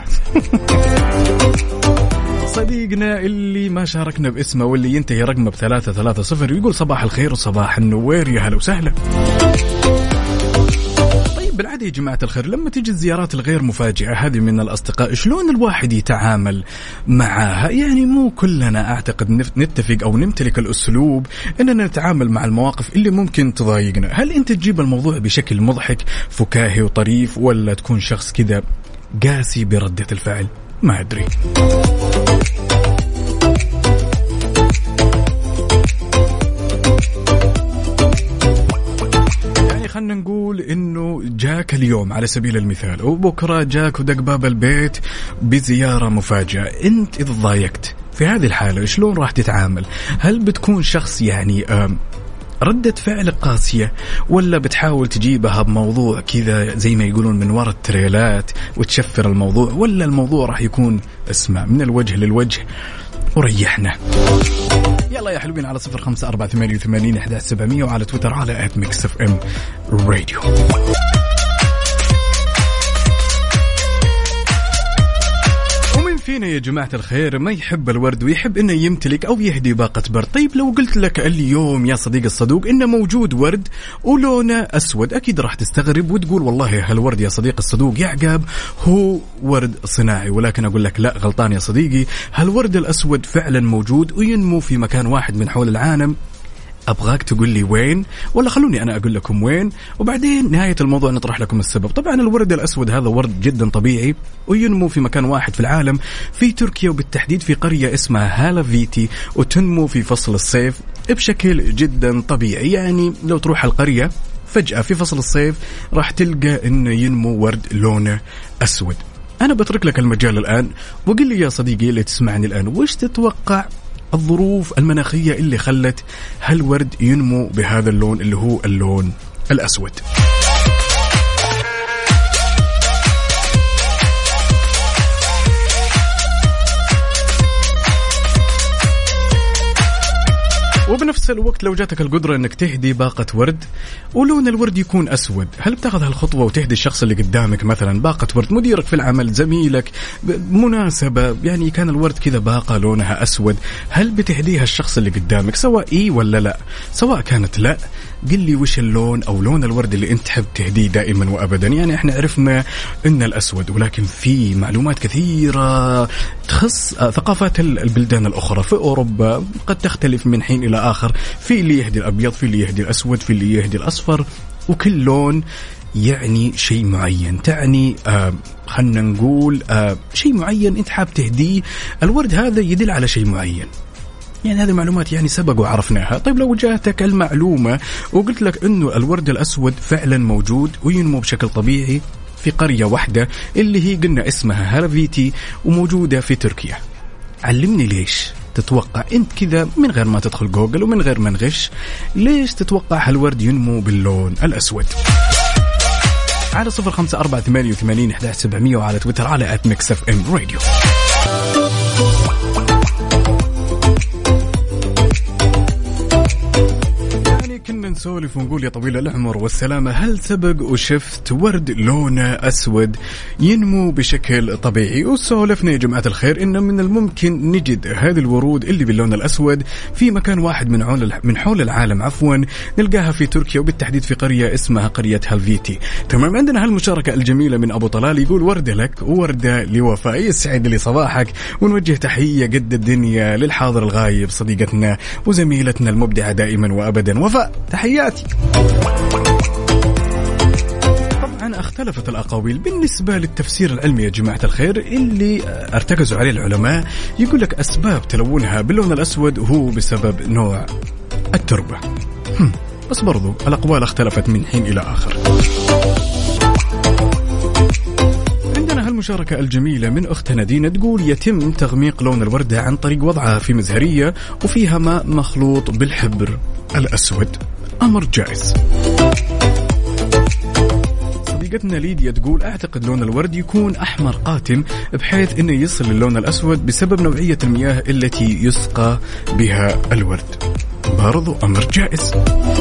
صديقنا اللي ما شاركنا باسمه واللي ينتهي رقمه بثلاثة ثلاثة صفر يقول صباح الخير وصباح النوير، يا هلا وسهلا. طيب بالعادة يا جماعة الخير لما تيجي الزيارات الغير مفاجئة هذه من الأصدقاء شلون الواحد يتعامل معها؟ يعني مو كلنا أعتقد نتفق أو نمتلك الأسلوب أننا نتعامل مع المواقف اللي ممكن تضايقنا. هل أنت تجيب الموضوع بشكل مضحك فكاهي وطريف، ولا تكون شخص كذا قاسي بردة الفعل؟ ما أدري. يعني خلنا نقول إنه جاك اليوم على سبيل المثال وبكرة جاك ودق باب البيت بزيارة مفاجئة، أنت إذا ضايقت في هذه الحالة شلون راح تتعامل؟ هل بتكون شخص يعني ردة فعل قاسية، ولا بتحاول تجيبها بموضوع كذا زي ما يقولون من وراء التريلات وتشفر الموضوع، ولا الموضوع راح يكون اسمع من الوجه للوجه وريحنا؟ يلا يا حلوين على صفر خمسة أربعة ثمانية وثمانين أحد سبعمية وعلى تويتر على آت ميكس اف ام راديو. فينا يا جماعة الخير ما يحب الورد ويحب إنه يمتلك أو يهدي باقة برد؟ طيب لو قلت لك اليوم يا صديق الصدوق إنه موجود ورد ولونه أسود، أكيد راح تستغرب وتقول والله هالورد يا صديق الصدوق يعقب هو ورد صناعي. ولكن أقول لك لا، غلطان يا صديقي، هالورد الأسود فعلا موجود وينمو في مكان واحد من حول العالم. أبغاك تقول لي وين، ولا خلوني أنا أقول لكم وين، وبعدين نهاية الموضوع نطرح لكم السبب. طبعا الورد الأسود هذا ورد جدا طبيعي وينمو في مكان واحد في العالم في تركيا، وبالتحديد في قرية اسمها هالافيتي، وتنمو في فصل الصيف بشكل جدا طبيعي. يعني لو تروح القرية فجأة في فصل الصيف راح تلقى إنه ينمو ورد لونه أسود. أنا بترك لك المجال الآن وقل لي يا صديقي اللي تسمعني الآن، وش تتوقع الظروف المناخية اللي خلت هالورد ينمو بهذا اللون اللي هو اللون الأسود؟ وبنفس الوقت لو جاتك القدرة انك تهدي باقة ورد ولون الورد يكون اسود، هل بتاخذ هالخطوة وتهدي الشخص اللي قدامك مثلا باقة ورد، مديرك في العمل، زميلك، مناسبة يعني كان الورد كذا باقة لونها اسود، هل بتهديها الشخص اللي قدامك سواء اي ولا لا؟ سواء كانت لا قل لي وش اللون او لون الورد اللي انت تحب تهديه دائما وابدا. يعني احنا عرفنا ان الاسود، ولكن في معلومات كثيرة تخص ثقافات البلدان الاخرى. في اوروبا قد تختلف من حين الى آخر، في اللي يهدي الأبيض، في اللي يهدي الأسود، في اللي يهدي الأصفر، وكل لون يعني شيء معين، تعني آه خلنا نقول آه شيء معين أنت حاب تهديه. الورد هذا يدل على شيء معين، يعني هذه معلومات يعني سبق وعرفناها. طيب لو جاتك المعلومة وقلت لك أنه الورد الأسود فعلا موجود وينمو بشكل طبيعي في قرية واحدة اللي هي قلنا اسمها هالافيتي وموجودة في تركيا، علمني ليش تتوقع أنت كذا من غير ما تدخل جوجل ومن غير ما نغش، ليش تتوقع هالورد ينمو باللون الأسود؟ على صفر خمسة أربعة ثمانية وثمانين أحد سبعمية وعلى تويتر على آت ميكس اف ام راديو. كنا نسولف ونقول يا طويل العمر والسلامة، هل سبق وشفت ورد لونه أسود ينمو بشكل طبيعي؟ وسولفنا يا جماعة الخير إنه من الممكن نجد هذه الورود اللي باللون الأسود في مكان واحد من حول من حول العالم عفوا، نلقاها في تركيا وبالتحديد في قرية اسمها قرية هالفيتي. تمام، عندنا هالمشاركة الجميلة من أبو طلال يقول وردة لك ووردة لوفاء، يسعد لي صباحك، ونوجه تحية قد الدنيا للحاضر الغايب صديقتنا وزميلتنا المبدعة دائما وأبدا وفاء، تحياتي. طبعا اختلفت الأقاويل بالنسبة للتفسير العلمي يا جماعة الخير اللي ارتكزوا عليه العلماء. يقول لك أسباب تلونها باللون الأسود هو بسبب نوع التربة، بس برضو الأقوال اختلفت من حين إلى آخر. عندنا هالمشاركة الجميلة من أختنا دينا تقول يتم تغميق لون الوردة عن طريق وضعها في مزهرية وفيها ماء مخلوط بالحبر الأسود، أمر جائز. صديقتنا ليديا تقول أعتقد لون الورد يكون أحمر قاتم بحيث أنه يصل للون الأسود بسبب نوعية المياه التي يسقى بها الورد. برضو أمر جائز.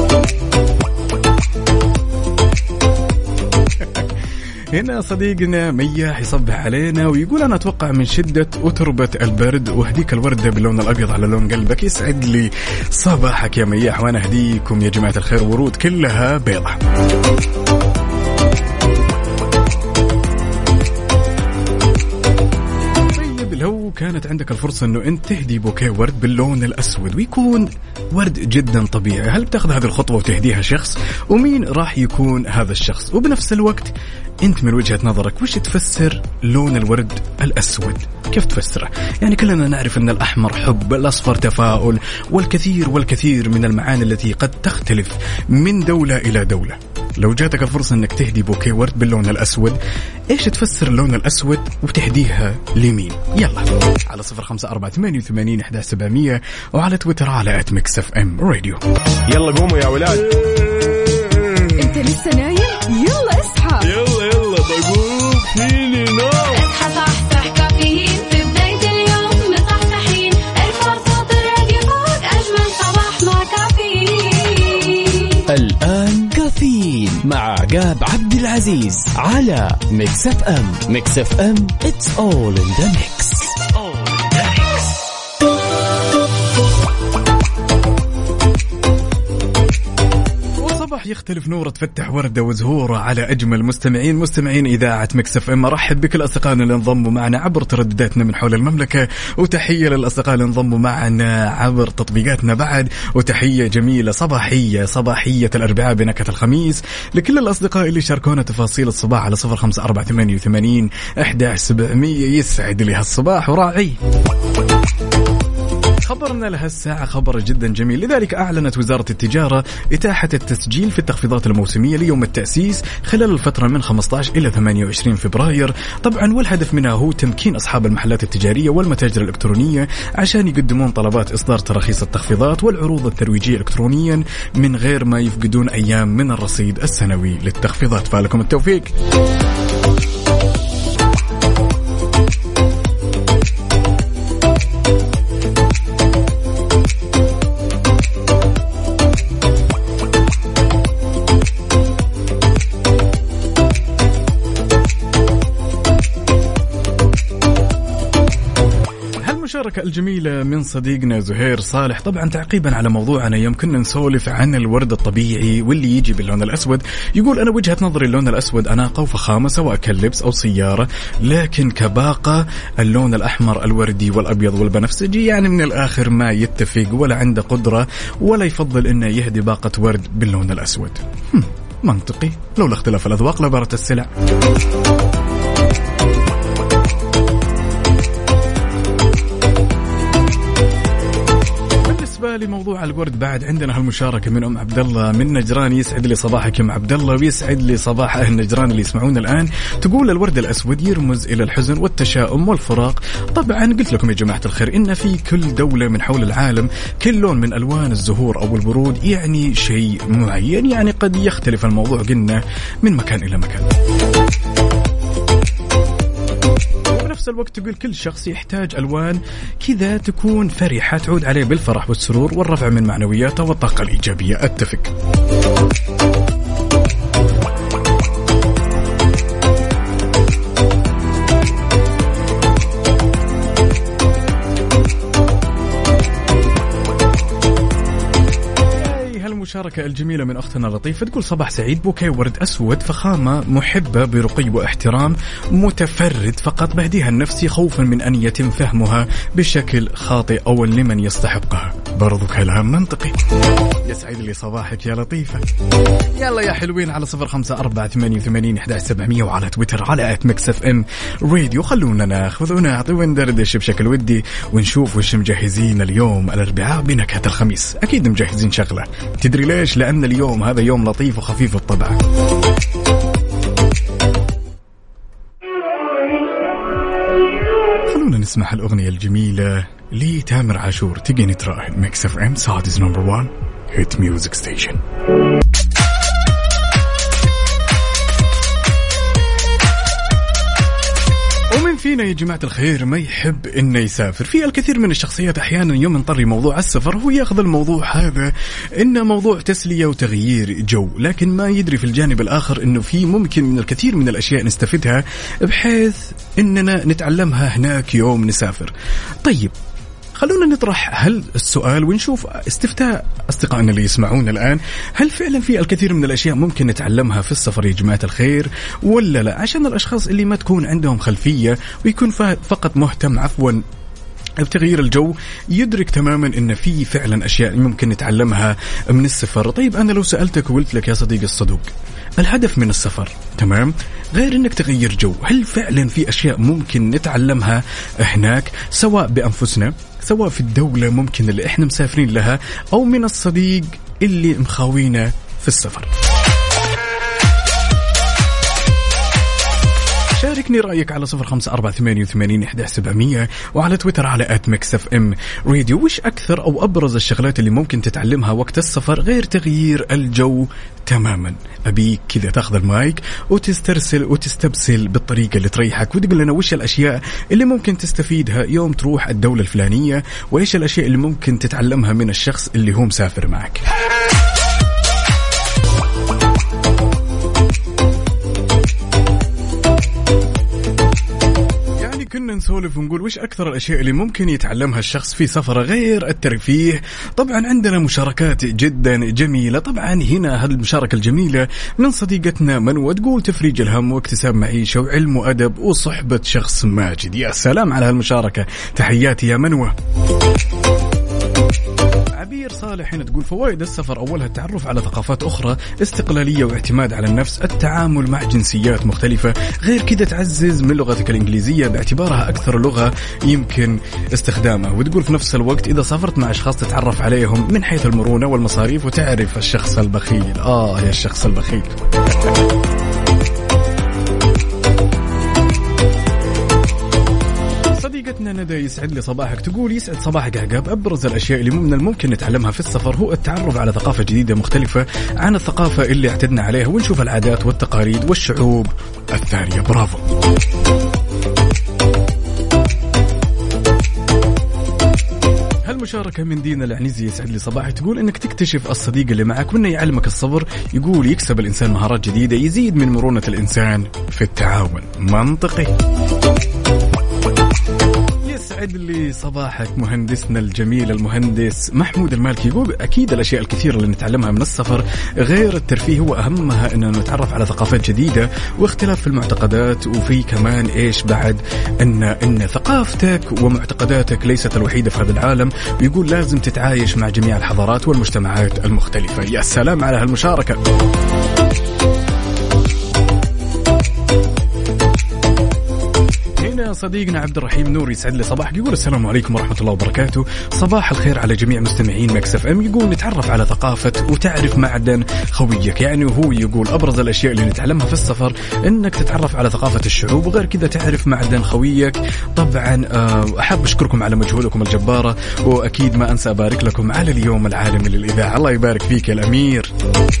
هنا صديقنا مياح يصبح علينا ويقول أنا أتوقع من شدة وتربة البرد وهديك الوردة باللون الأبيض على لون قلبك. يسعد لي صباحك يا مياح، وأنا أهديكم يا جماعة الخير ورود كلها بيضة. لو كانت عندك الفرصة أنه أنت تهدي بوكيه ورد باللون الأسود ويكون ورد جدا طبيعي، هل بتاخذ هذه الخطوة وتهديها شخص؟ ومين راح يكون هذا الشخص؟ وبنفس الوقت أنت من وجهة نظرك وش تفسر لون الورد الأسود؟ كيف تفسره؟ يعني كلنا نعرف أن الأحمر حب، الأصفر تفاؤل، والكثير والكثير من المعاني التي قد تختلف من دولة إلى دولة. لو جاتك الفرصة أنك تهدي بوكيه ورد باللون الأسود، إيش تفسر اللون الأسود وتهديها لمين؟ يلا على صفر خمسة أربعة ثمانية وثمانين إحدى سبعمية وعلى تويتر على آت ميكس إف إم راديو. يلا قوموا يا ولاد. أنت لسه نايم؟ يلا اصحى. يلا يلا بقوم فيني نوم. اصحى صحصح كافيين في بداية اليوم مصحصحين، ارفع صوت الراديو فوق أجمل صباح مع كافيين. الآن كافيين مع عقاب عبد العزيز على ميكس اف ام. ميكس اف ام it's all in the mix. صباح يختلف نوره، تفتح وردة وزهورة على أجمل مستمعين مستمعين إذاعة ميكس اف ام. أرحب بكل أصدقائنا اللي انضموا معنا عبر تردداتنا من حول المملكة، وتحية للأصدقاء اللي انضموا معنا عبر تطبيقاتنا بعد، وتحية جميلة صباحية صباحية الأربعاء بنكهة الخميس لكل الأصدقاء اللي شاركونا تفاصيل الصباح على صفر خمسة أربعة ثمانية وثمانين إحدى سبعمية. يسعد لي هالصباح وراعي. خبرنا لها الساعة خبر جدا جميل، لذلك أعلنت وزارة التجارة إتاحة التسجيل في التخفيضات الموسمية ليوم التأسيس خلال الفترة من خمسة عشر إلى ثمانية وعشرين فبراير. طبعا والهدف منها هو تمكين أصحاب المحلات التجارية والمتاجر الإلكترونية عشان يقدمون طلبات إصدار تراخيص التخفيضات والعروض الترويجية إلكترونيا من غير ما يفقدون أيام من الرصيد السنوي للتخفيضات. فلكم التوفيق. المشاركة الجميلة من صديقنا زهير صالح. طبعا تعقيبا على موضوعنا يوم كنا نسولف عن الورد الطبيعي واللي يجي باللون الأسود، يقول أنا وجهة نظري اللون الأسود أناقة وفخامة سواء كان لبس أو سيارة، لكن كباقة اللون الأحمر الوردي والأبيض والبنفسجي يعني من الآخر ما يتفق ولا عنده قدرة ولا يفضل إنه يهدي باقة ورد باللون الأسود. منطقي، لولا اختلاف الأذواق لبارت السلع. لموضوع الورد بعد عندنا هالمشاركة من أم عبد الله من نجران. يسعد لي صباحك يا أم عبد الله، ويسعد لي صباح أهل نجران اللي يسمعون الآن. تقول الورد الأسود يرمز إلى الحزن والتشاؤم والفراق. طبعا قلت لكم يا جماعة الخير إن في كل دولة من حول العالم كل لون من ألوان الزهور أو الورود يعني شيء معين، يعني قد يختلف الموضوع قلنا من مكان إلى مكان. بنفس الوقت تقول كل شخص يحتاج ألوان كذا تكون فرحة تعود عليه بالفرح والسرور والرفع من معنوياته والطاقة الإيجابية. أتفق. المشاركة الجميلة من أختنا لطيفة تقول صباح سعيد، بوكيه ورد أسود فخامة محبة برقي واحترام متفرد فقط بهديها النفسي خوفا من أن يتم فهمها بشكل خاطئ أو لمن يستحقها. برضو كلام منطقي. يسعد لي صباحك يا لطيفة. يلا يا حلوين على صفر خمسة أربعة ثمانية وثمانين إحدى سبعمية وعلى تويتر على آت ميكس اف ام راديو. خلونا ناخذ ونعطي وندردش بشكل ودي ونشوف وش مجهزين اليوم الأربعاء بنكهة الخميس. أكيد مجهزين شغلة، تدري ليش؟ لأن اليوم هذا يوم لطيف وخفيف الطبع. خلونا نسمع الأغنية الجميلة لتامر عاشور تيجي نتراهن. ميكس اف ام سعوديز نمبر وان هيت ميوزك ستيشن. ومين يا جماعة الخير ما يحب إنه يسافر؟ في الكثير من الشخصيات أحيانا يوم نطري موضوع السفر هو يأخذ الموضوع هذا إنه موضوع تسلية وتغيير جو، لكن ما يدري في الجانب الآخر إنه في ممكن من الكثير من الأشياء نستفيدها بحيث إننا نتعلمها هناك يوم نسافر. طيب خلونا نطرح هل السؤال ونشوف استفتاء أصدقائنا اللي يسمعون الآن، هل فعلا في الكثير من الأشياء ممكن نتعلمها في السفر يا جماعة الخير ولا لا؟ عشان الأشخاص اللي ما تكون عندهم خلفية ويكون فقط مهتم عفوا بتغيير الجو يدرك تماما ان في فعلا اشياء ممكن نتعلمها من السفر. طيب انا لو سألتك وقلت لك يا صديقي الصدوق الهدف من السفر تمام غير انك تغير جو، هل فعلا في اشياء ممكن نتعلمها هناك سواء بانفسنا سواء في الدولة ممكن اللي احنا مسافرين لها او من الصديق اللي مخاوينا في السفر؟ شاركني رأيك على صفر خمسة أربعة ثمانية وثمانين أحد عشر سبعمية وعلى تويتر على آت ميكس اف ام راديو. وش أكثر أو أبرز الشغلات اللي ممكن تتعلمها وقت السفر غير تغيير الجو تماما؟ أبيك كذا تاخذ المايك وتسترسل وتستبسل بالطريقة اللي تريحك وتقول لنا وش الأشياء اللي ممكن تستفيدها يوم تروح الدولة الفلانية، وإيش الأشياء اللي ممكن تتعلمها من الشخص اللي هو مسافر معك. كنا نسولف ونقول وش أكثر الأشياء اللي ممكن يتعلمها الشخص في سفره غير الترفيه. طبعا عندنا مشاركات جدا جميلة. طبعا هنا هذه المشاركة الجميلة من صديقتنا منوى تقول تفريج الهم واكتساب معيشة وعلم وأدب وصحبة شخص ماجد. يا سلام على هالمشاركة، تحياتي يا منوى. عبير صالح هنا تقول فوائد السفر أولها التعرف على ثقافات أخرى، استقلالية واعتماد على النفس، التعامل مع جنسيات مختلفة، غير كده تعزز من لغتك الإنجليزية باعتبارها أكثر لغة يمكن استخدامها. وتقول في نفس الوقت إذا سافرت مع أشخاص تتعرف عليهم من حيث المرونة والمصاريف وتعرف الشخص البخيل. آه يا الشخص البخيل. صديقتنا ندى يسعد لي صباحك تقول يسعد صباحك عقاب. أبرز الأشياء اللي من الممكن نتعلمها في السفر هو التعرف على ثقافة جديدة مختلفة عن الثقافة اللي اعتدنا عليها ونشوف العادات والتقاليد والشعوب الثانية. برافو. هالمشاركة من دينا العنيزي يسعد لي صباحك تقول انك تكتشف الصديق اللي معك وانه يعلمك الصبر. يقول يكسب الإنسان مهارات جديدة يزيد من مرونة الإنسان في التعاون. منطقي. يسعد لي صباحك مهندسنا الجميل المهندس محمود المالكي يقول أكيد الأشياء الكثيرة اللي نتعلمها من السفر غير الترفيه هو أهمها أن نتعرف على ثقافات جديدة واختلاف في المعتقدات، وفي كمان إيش بعد أن أن ثقافتك ومعتقداتك ليست الوحيدة في هذا العالم، ويقول لازم تتعايش مع جميع الحضارات والمجتمعات المختلفة. يا سلام على هالمشاركة. صديقنا عبد الرحيم نور يسعد لي صباح يقول السلام عليكم ورحمة الله وبركاته. صباح الخير على جميع مستمعين ميكس اف ام. يقول نتعرف على ثقافة وتعرف معدن خويك. يعني وهو يقول أبرز الأشياء اللي نتعلمها في السفر إنك تتعرف على ثقافة الشعوب وغير كذا تعرف معدن خويك. طبعا أحب أشكركم على مجهودكم الجبارة، وأكيد ما أنسى أبارك لكم على اليوم العالمي للإذاعة. الله يبارك فيك يا الأمير.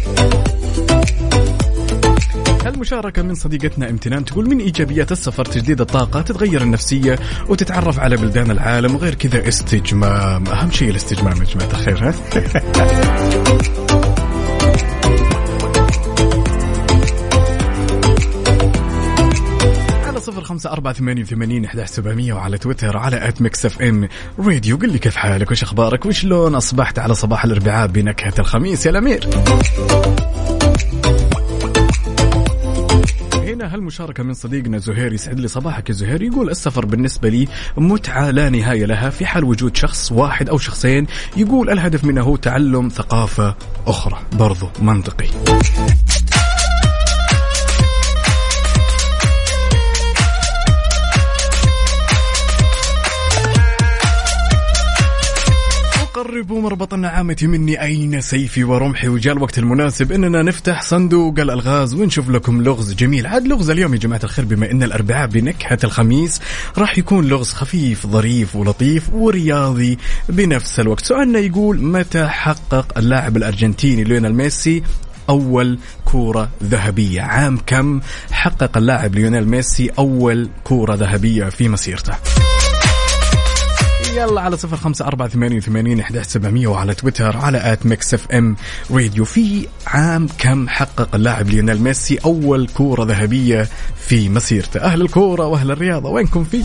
المشاركة من صديقتنا امتنان تقول من إيجابيات السفر تجديد الطاقة، تتغير النفسية وتتعرف على بلدان العالم، وغير كذا استجمام. أهم شيء الاستجمام يا جماعة الخير. ها على صفر خمسة أربعة ثمانية وثمانين أحد عشر سبعمية وعلى تويتر على آت ميكس اف ام راديو. قل لي كيف حالك وش أخبارك وشلون أصبحت على صباح الأربعاء بنكهة الخميس يا الأمير. هنا هالمشاركة من صديقنا زهير يسعد لي صباحك يا زهير. يقول السفر بالنسبة لي متعة لا نهاية لها في حال وجود شخص واحد أو شخصين. يقول الهدف منه هو تعلم ثقافة أخرى. برضو منطقي. قربوا مربط النعامة مني أين سيفي ورمحي، وجاء الوقت المناسب إننا نفتح صندوق الألغاز ونشوف لكم لغز جميل. عاد لغز اليوم يا جماعة الخير بما إن الأربعاء بنكهة الخميس راح يكون لغز خفيف ظريف ولطيف ورياضي بنفس الوقت. سؤالنا يقول متى حقق اللاعب الأرجنتيني ليونيل ميسي أول كرة ذهبية؟ عام كم حقق اللاعب ليونيل ميسي أول كرة ذهبية في مسيرته؟ يلا على صفر خمسة أربعة ثمانية ثمانين أحد عشر سبعمية وعلى تويتر على آت ميكس اف ام راديو. في عام كم حقق اللاعب ليونيل ميسي أول كرة ذهبية في مسيرته؟ أهل الكرة وأهل الرياضة وينكم فيه؟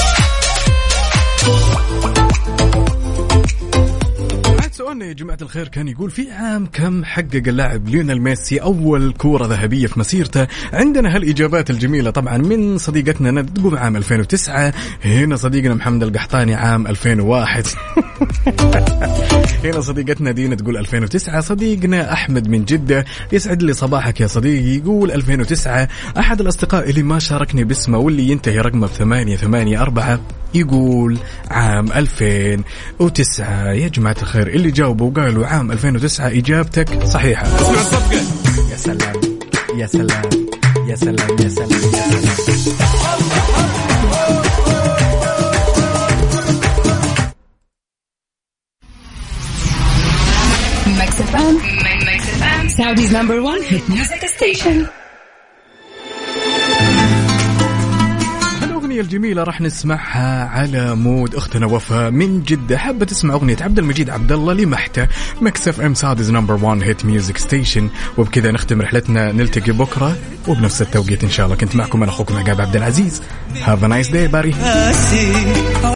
سؤالنا يا جماعة الخير كان يقول في عام كم حقق اللاعب ليونيل ميسي أول كرة ذهبية في مسيرته؟ عندنا هالإجابات الجميلة طبعا من صديقتنا ند تقول عام ألفين وتسعة، هنا صديقنا محمد القحطاني عام ألفين وواحد هنا صديقتنا دينا تقول ألفين وتسعة، صديقنا أحمد من جدة يسعد لي صباحك يا صديقي يقول ألفين وتسعة، أحد الأصدقاء اللي ما شاركني باسمه واللي ينتهي رقمه بثمانية ثمانية أربعة يقول عام ألفين وتسعة. يا جماعة الخير اللي جاوبوا وقالوا عام ألفين وتسعة إجابتك صحيحة. يا سلام يا سلام يا سلام يا سلام يا سلام. Mix اف ام Mix اف ام Saudi's number one hit music station. الأغنية الجميلة راح نسمعها على مود أختنا وفاء من جدة، حابة تسمع أغنية عبد المجيد عبد الله لمحته. ميكس اف ام سعوديز نمبر وان هيت ميوزك ستيشن، وبكذا نختم رحلتنا، نلتقي بكرة وبنفس التوقيت إن شاء الله. كنت معكم أنا أخوكم عقاب عبد العزيز. Have a nice day buddy.